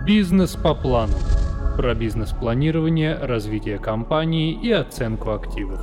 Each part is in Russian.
Бизнес по плану. Про бизнес-планирование, развитие компании и оценку активов.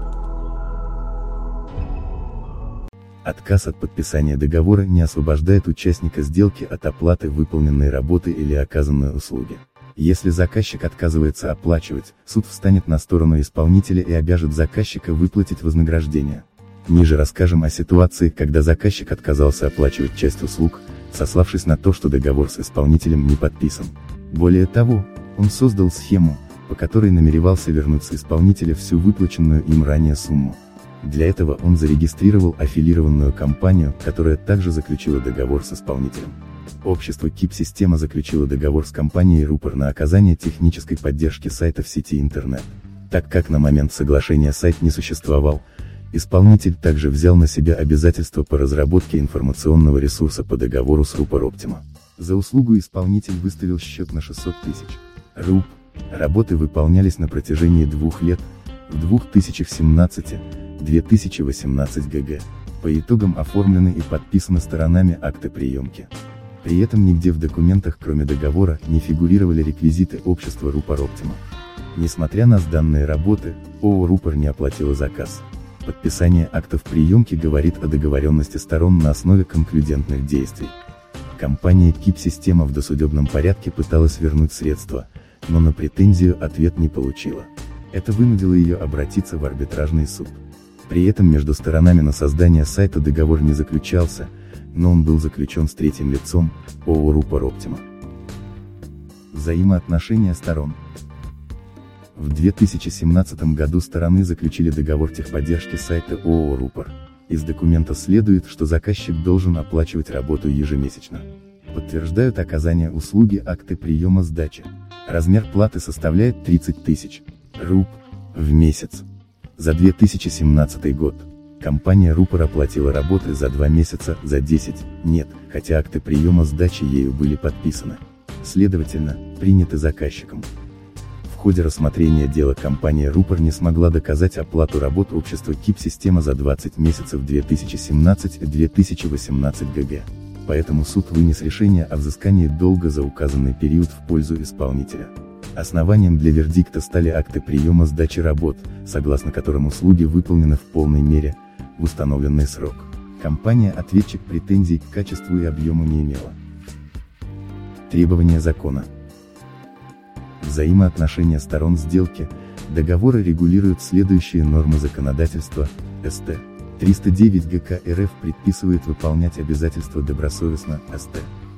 Отказ от подписания договора не освобождает участника сделки от оплаты выполненной работы или оказанной услуги. Если заказчик отказывается оплачивать, суд встанет на сторону исполнителя и обяжет заказчика выплатить вознаграждение. Ниже расскажем о ситуации, когда заказчик отказался оплачивать часть услуг, сославшись на то, что договор с исполнителем не подписан. Более того, он создал схему, по которой намеревался вернуть с исполнителя всю выплаченную им ранее сумму. Для этого он зарегистрировал аффилированную компанию, которая также заключила договор с исполнителем. Общество Кип-система заключило договор с компанией Рупор на оказание технической поддержки сайта в сети интернет. Так как на момент соглашения сайт не существовал, исполнитель также взял на себя обязательства по разработке информационного ресурса по договору с Рупор Оптима. За услугу исполнитель выставил счет на 600 тысяч руб. Работы выполнялись на протяжении 2 лет, в 2017-2018 г. По итогам оформлены и подписаны сторонами акты приемки. При этом нигде в документах, кроме договора, не фигурировали реквизиты общества Рупор Оптима. Несмотря на сданные работы, ООО Рупор не оплатила заказ. Подписание актов приемки говорит о договоренности сторон на основе конклюдентных действий. Компания Кип-система в досудебном порядке пыталась вернуть средства, но на претензию ответ не получила. Это вынудило ее обратиться в арбитражный суд. При этом между сторонами на создание сайта договор не заключался, но он был заключен с третьим лицом, ООО Рупор Оптима. Взаимоотношения сторон. В 2017 году стороны заключили договор техподдержки сайта ООО Рупор. Из документа следует, что заказчик должен оплачивать работу ежемесячно. Подтверждают оказание услуги акты приема сдачи. Размер платы составляет 30 тысяч руб в месяц. За 2017 год компания Рупор оплатила работы за 2 месяца, за 10 нет, хотя акты приема сдачи ею были подписаны. Следовательно, приняты заказчиком. В ходе рассмотрения дела компания Рупор не смогла доказать оплату работ общества Кип-система за 20 месяцев 2017-2018 г. Поэтому суд вынес решение о взыскании долга за указанный период в пользу исполнителя. Основанием для вердикта стали акты приема сдачи работ, согласно которым услуги выполнены в полной мере, в установленный срок. Компания-ответчик претензий к качеству и объему не имела. Требования закона. Взаимоотношения сторон сделки, договора регулируют следующие нормы законодательства. СТ. 309 ГК РФ предписывает выполнять обязательства добросовестно. СТ.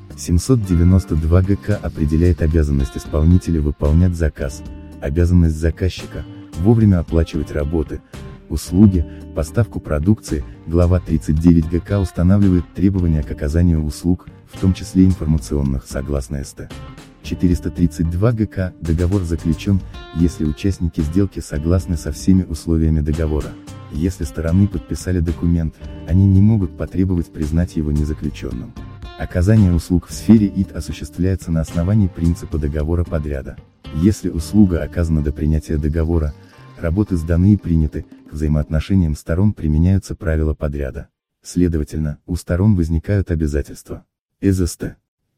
792 ГК определяет обязанность исполнителя выполнять заказ, обязанность заказчика вовремя оплачивать работы, услуги, поставку продукции. Глава 39 ГК устанавливает требования к оказанию услуг, в том числе информационных, согласно СТ. 432 ГК договор заключен, если участники сделки согласны со всеми условиями договора. Если стороны подписали документ, они не могут потребовать признать его незаключенным. Оказание услуг в сфере ИТ осуществляется на основании принципа договора подряда. Если услуга оказана до принятия договора, работы сданы и приняты, к взаимоотношениям сторон применяются правила подряда. Следовательно, у сторон возникают обязательства. Из СТ.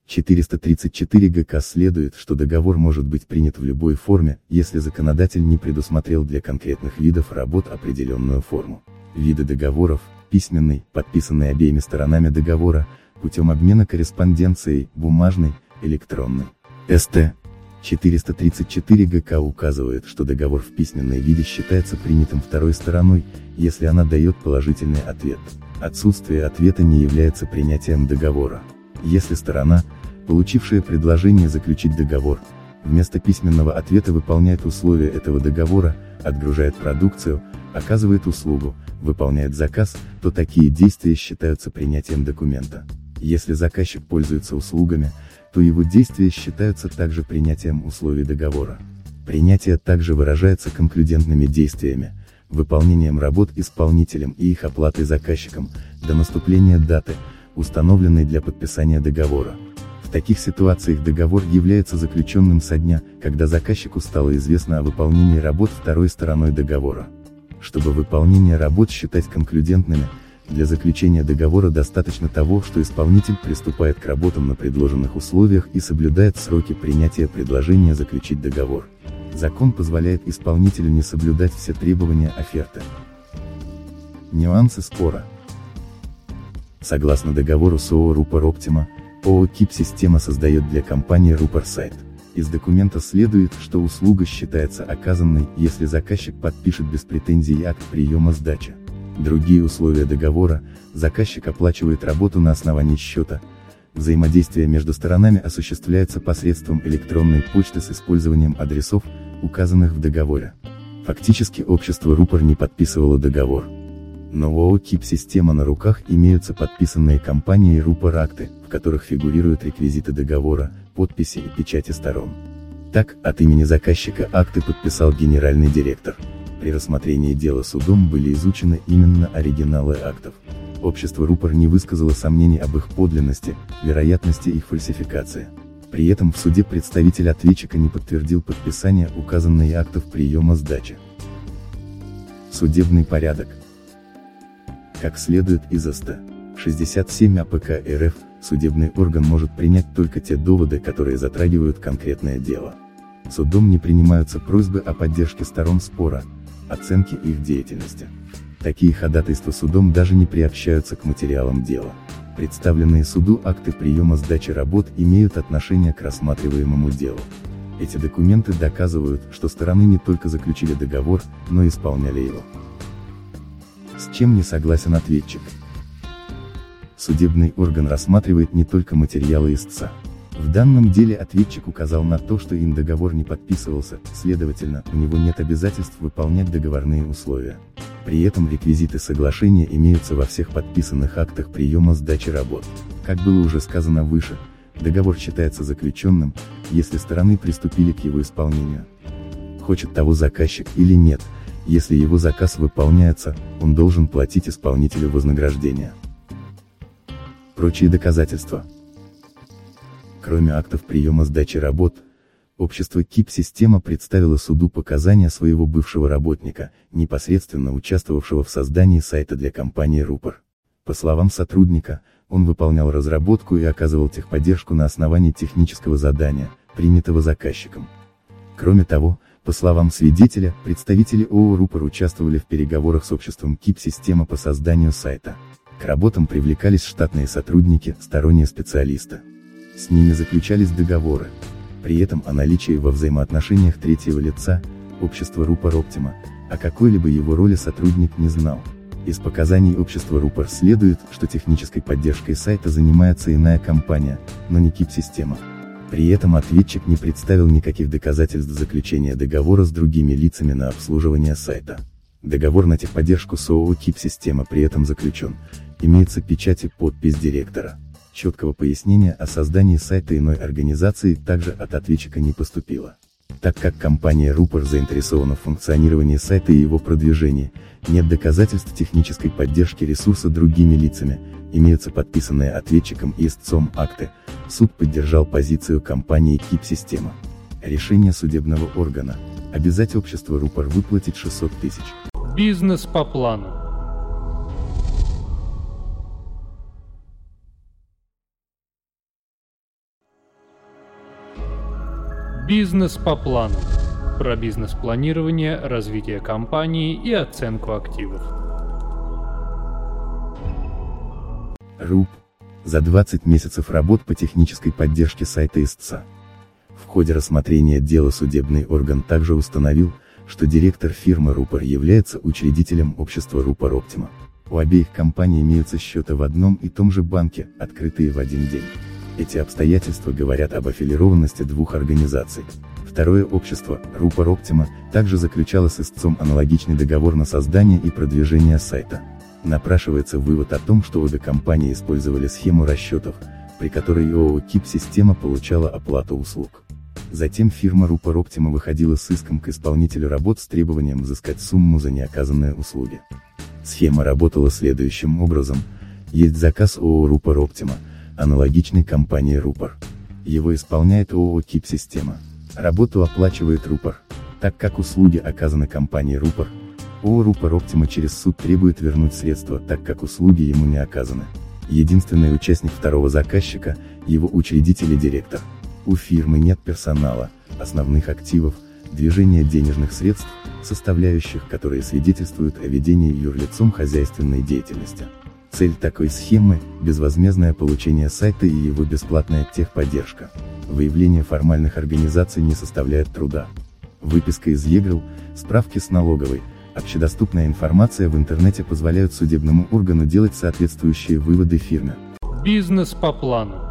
434 ГК следует, что договор может быть принят в любой форме, если законодатель не предусмотрел для конкретных видов работ определенную форму. Виды договоров: письменный, подписанный обеими сторонами договора, путем обмена корреспонденцией, бумажный, электронный. СТ. 434 ГК указывает, что договор в письменном виде считается принятым второй стороной, если она дает положительный ответ. Отсутствие ответа не является принятием договора. Если сторона, получившая предложение заключить договор, вместо письменного ответа выполняет условия этого договора, отгружает продукцию, оказывает услугу, выполняет заказ, то такие действия считаются принятием документа. Если заказчик пользуется услугами, то его действия считаются также принятием условий договора. Принятие также выражается конклюдентными действиями, выполнением работ исполнителем и их оплатой заказчиком, до наступления даты, установленной для подписания договора. В таких ситуациях договор является заключенным со дня, когда заказчику стало известно о выполнении работ второй стороной договора. Чтобы выполнение работ считать конклюдентными, Для заключения договора достаточно того, что исполнитель приступает к работам на предложенных условиях и соблюдает сроки принятия предложения заключить договор. Закон позволяет исполнителю не соблюдать все требования оферты. Нюансы спора. Согласно договору с ООО «Рупор Оптима», ООО «Кип-система» создает для компании «Рупор» сайт. Из документа следует, что услуга считается оказанной, если заказчик подпишет без претензий акт приема сдачи. Другие условия договора: заказчик оплачивает работу на основании счета. Взаимодействие между сторонами осуществляется посредством электронной почты с использованием адресов, указанных в договоре. Фактически общество «Рупор» не подписывало договор. Но в ООО «Кип-система» на руках имеются подписанные компанией «Рупор» акты, в которых фигурируют реквизиты договора, подписи и печати сторон. Так, от имени заказчика акты подписал генеральный директор. При рассмотрении дела судом были изучены именно оригиналы актов. Общество «Рупор» не высказало сомнений об их подлинности, вероятности их фальсификации. При этом в суде представитель ответчика не подтвердил подписание указанных актов приема сдачи. Судебный порядок. Как следует из ст. 67 АПК РФ, судебный орган может принять только те доводы, которые затрагивают конкретное дело. Судом не принимаются просьбы о поддержке сторон спора, оценке их деятельности. Такие ходатайства судом даже не приобщаются к материалам дела. Представленные суду акты приема сдачи работ имеют отношение к рассматриваемому делу. Эти документы доказывают, что стороны не только заключили договор, но и исполняли его. С чем не согласен ответчик? Судебный орган рассматривает не только материалы истца. В данном деле ответчик указал на то, что им договор не подписывался, следовательно, у него нет обязательств выполнять договорные условия. При этом реквизиты соглашения имеются во всех подписанных актах приема сдачи работ. Как было уже сказано выше, договор считается заключенным, если стороны приступили к его исполнению. Хочет того заказчик или нет, если его заказ выполняется, он должен платить исполнителю вознаграждение. Прочие доказательства. Кроме актов приема сдачи работ, общество «Кип-система» представило суду показания своего бывшего работника, непосредственно участвовавшего в создании сайта для компании «Рупор». По словам сотрудника, он выполнял разработку и оказывал техподдержку на основании технического задания, принятого заказчиком. Кроме того, по словам свидетеля, представители ООО «Рупор» участвовали в переговорах с обществом «Кип-система» по созданию сайта. К работам привлекались штатные сотрудники, сторонние специалисты. С ними заключались договоры. При этом о наличии во взаимоотношениях третьего лица, общества «Рупор Оптима», о какой-либо его роли сотрудник не знал. Из показаний общества «Рупор» следует, что технической поддержкой сайта занимается иная компания, но не Кип-система. При этом ответчик не представил никаких доказательств заключения договора с другими лицами на обслуживание сайта. Договор на техподдержку с ООО «Кип-система» при этом заключен, имеется печать и подпись директора. Четкого пояснения о создании сайта иной организации также от ответчика не поступило. Так как компания «Рупор» заинтересована в функционировании сайта и его продвижении, нет доказательств технической поддержки ресурса другими лицами, имеются подписанные ответчиком и истцом акты, суд поддержал позицию компании «Кип-система». Решение судебного органа: обязать общество «Рупор» выплатить 600 тысяч. Бизнес по плану. Бизнес по плану. Про бизнес-планирование, развитие компании и оценку активов. РУП. За 20 месяцев работ по технической поддержке сайта истца. В ходе рассмотрения дела судебный орган также установил, что директор фирмы «Рупор» является учредителем общества «Рупор Оптима». У обеих компаний имеются счета в одном и том же банке, открытые в один день. Эти обстоятельства говорят об аффилированности двух организаций. Второе общество, «Рупор Оптима», также заключало с истцом аналогичный договор на создание и продвижение сайта. Напрашивается вывод о том, что обе компании использовали схему расчетов, при которой ООО «Кип-система» получала оплату услуг. Затем фирма «Рупор Оптима» выходила с иском к исполнителю работ с требованием взыскать сумму за неоказанные услуги. Схема работала следующим образом: есть заказ ООО «Рупор Оптима», аналогичной компании «Рупор». Его исполняет ООО «Кип-система». Работу оплачивает «Рупор». Так как услуги оказаны компанией «Рупор», ООО «Рупор Оптима» через суд требует вернуть средства, так как услуги ему не оказаны. Единственный участник второго заказчика – его учредитель и директор. У фирмы нет персонала, основных активов, движения денежных средств, составляющих которые свидетельствуют о ведении юрлицом хозяйственной деятельности. Цель такой схемы – безвозмездное получение сайта и его бесплатная техподдержка. Выявление формальных организаций не составляет труда. Выписка из ЕГРЛ, справки с налоговой, общедоступная информация в интернете позволяют судебному органу делать соответствующие выводы фирме. Бизнес по плану.